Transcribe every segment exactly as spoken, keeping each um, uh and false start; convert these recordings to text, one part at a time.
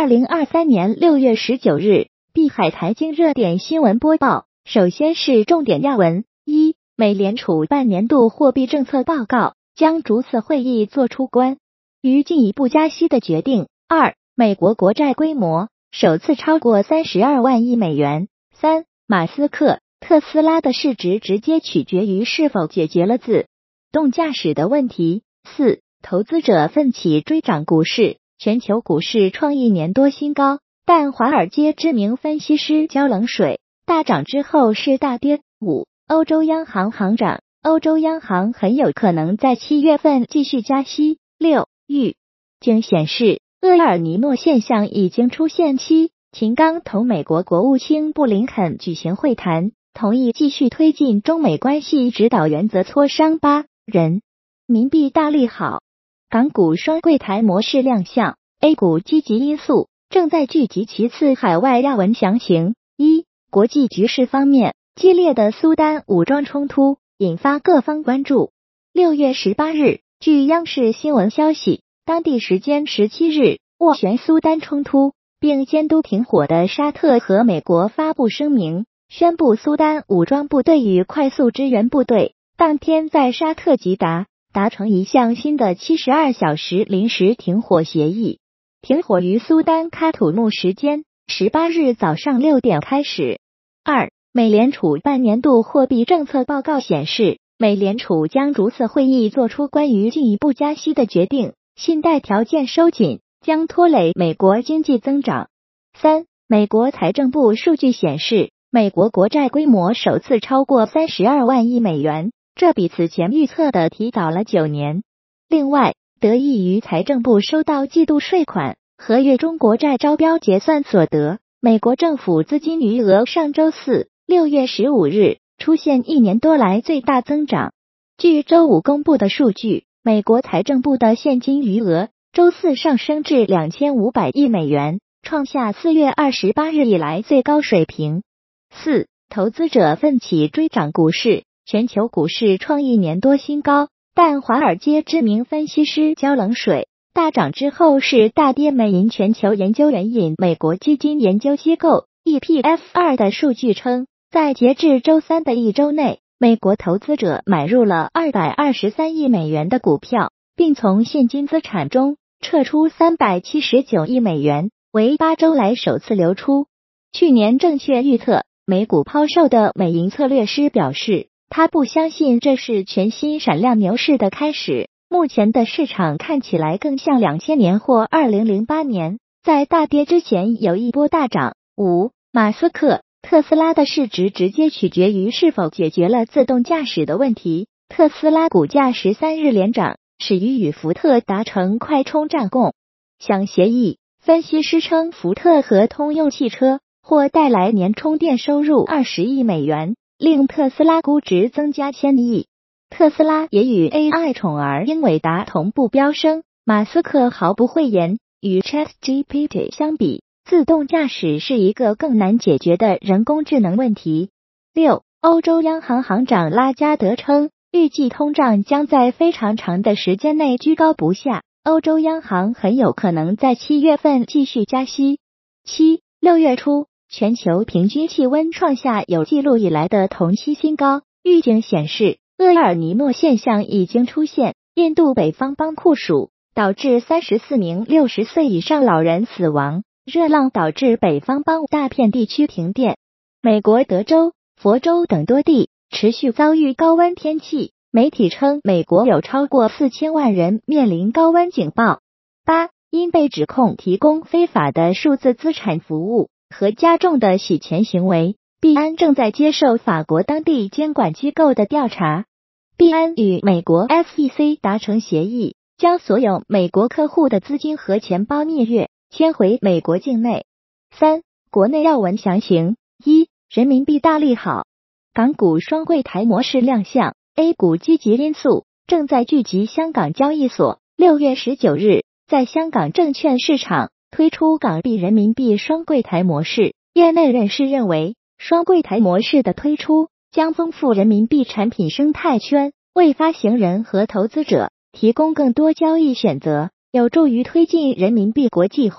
二零二三年六月十九日，碧海财经热点新闻播报。首先是重点要闻：一、美联储半年度货币政策报告将逐次会议作出关于进一步加息的决定。二、美国国债规模首次超过三十二万亿美元。三、马斯克、特斯拉的市值直接取决于是否解决了自动驾驶的问题。四、投资者奋起追涨股市，全球股市创一年多新高，但华尔街知名分析师浇冷水，大涨之后是大跌。五、欧洲央行行长，欧洲央行很有可能在七月份继续加息。六、预警显示，厄尔尼诺现象已经出现。七、秦刚同美国国务卿布林肯举行会谈，同意继续推进中美关系指导原则磋商。八、人民币大利好，港股双柜台模式亮相 ，A 股积极因素正在聚集。其次，海外要闻详情。一、国际局势方面，激烈的苏丹武装冲突引发各方关注。六月十八日，据央视新闻消息，当地时间十七日，斡旋苏丹冲突并监督停火的沙特和美国发布声明，宣布苏丹武装部队与快速支援部队当天在沙特吉达达成一项新的七十二小时临时停火协议，停火于苏丹喀土穆时间十八日早上六点开始。二、美联储半年度货币政策报告显示，美联储将逐次会议做出关于进一步加息的决定，信贷条件收紧将拖累美国经济增长。三、美国财政部数据显示，美国国债规模首次超过三十二万亿美元，这比此前预测的提早了九年。另外，得益于财政部收到季度税款和月中国债招标结算所得，美国政府资金余额上周四六月十五日出现一年多来最大增长。据周五公布的数据，美国财政部的现金余额周四上升至两千五百亿美元，创下四月二十八日以来最高水平。四、投资者奋起追涨股市，全球股市创一年多新高，但华尔街知名分析师浇冷水，大涨之后是大跌。美银全球研究员引美国基金研究机构 E P F 二 的数据称，在截至周三的一周内，美国投资者买入了二百二十三亿美元的股票，并从现金资产中撤出三百七十九亿美元，为八周来首次流出。去年正确预测美股抛售的美银策略师表示，他不相信这是全新闪亮牛市的开始，目前的市场看起来更像两千年或二零零八年，在大跌之前有一波大涨。五、马斯克、特斯拉的市值直接取决于是否解决了自动驾驶的问题。特斯拉股价十三日连涨，始于与福特达成快充站共享协议。分析师称，福特和通用汽车或带来年充电收入二十亿美元，令特斯拉估值增加千亿。特斯拉也与 A I 宠儿英伟达同步飙升。马斯克毫不讳言，与 ChatGPT 相比，自动驾驶是一个更难解决的人工智能问题。六、欧洲央行行长拉加德称，预计通胀将在非常长的时间内居高不下，欧洲央行很有可能在七月份继续加息。七、六月初，全球平均气温创下有记录以来的同期新高，预警显示，厄尔尼诺现象已经出现。印度北方邦酷暑导致三十四名六十岁以上老人死亡，热浪导致北方邦大片地区停电。美国德州、佛州等多地持续遭遇高温天气，媒体称美国有超过四千万人面临高温警报。八、因被指控提供非法的数字资产服务和加重的洗钱行为，币安正在接受法国当地监管机构的调查。币安与美国 S E C 达成协议，将所有美国客户的资金和钱包蜜月迁回美国境内。三、国内要闻详情。一、人民币大利好，港股双柜台模式亮相 ，A 股积极因素正在聚集。香港交易所六月十九日在香港证券市场推出港币人民币双柜台模式。业内人士认为，双柜台模式的推出将丰富人民币产品生态圈，为发行人和投资者提供更多交易选择，有助于推进人民币国际化，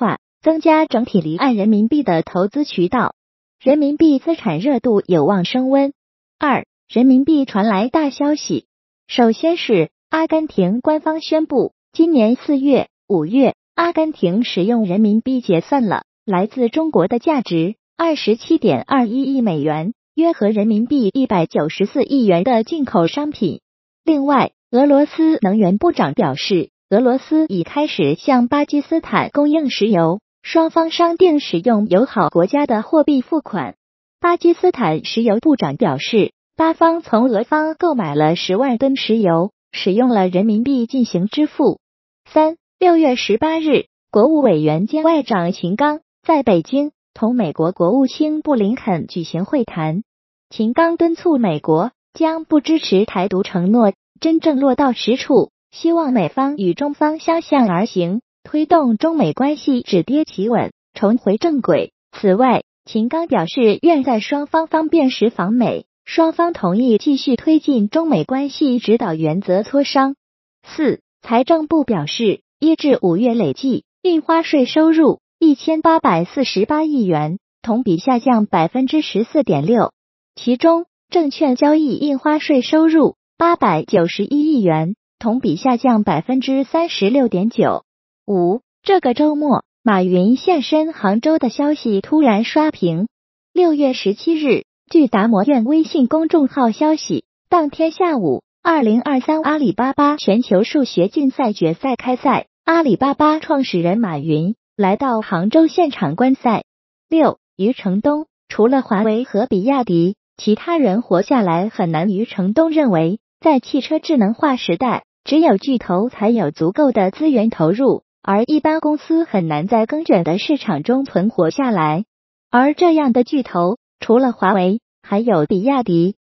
增加整体离岸人民币的投资渠道，人民币资产热度有望升温。二、人民币传来大消息。首先是阿根廷官方宣布，今年四月、五月，阿根廷使用人民币结算了来自中国的价值 二十七点二一亿美元，约合人民币一百九十四亿元的进口商品。另外，俄罗斯能源部长表示，俄罗斯已开始向巴基斯坦供应石油，双方商定使用友好国家的货币付款。巴基斯坦石油部长表示，巴方从俄方购买了十万吨石油，使用了人民币进行支付。三、六月十八日，国务委员兼外长秦刚在北京同美国国务卿布林肯举行会谈。秦刚敦促美国将不支持台独承诺真正落到实处，希望美方与中方相向而行，推动中美关系止跌企稳，重回正轨。此外，秦刚表示愿在双方方便时访美，双方同意继续推进中美关系指导原则磋商。四、财政部表示，一至五月累计印花税收入一千八百四十八亿元，同比下降 百分之十四点六， 其中证券交易印花税收入八百九十一亿元，同比下降 百分之三十六点九。五、这个周末，马云现身杭州的消息突然刷屏。六月十七日，据达摩院微信公众号消息，当天下午，二零二三阿里巴巴全球数学竞赛决赛开赛，阿里巴巴创始人马云来到杭州现场观赛。六、余承东，除了华为和比亚迪，其他人活下来很难。余承东认为，在汽车智能化时代，只有巨头才有足够的资源投入，而一般公司很难在更卷的市场中存活下来。而这样的巨头，除了华为，还有比亚迪、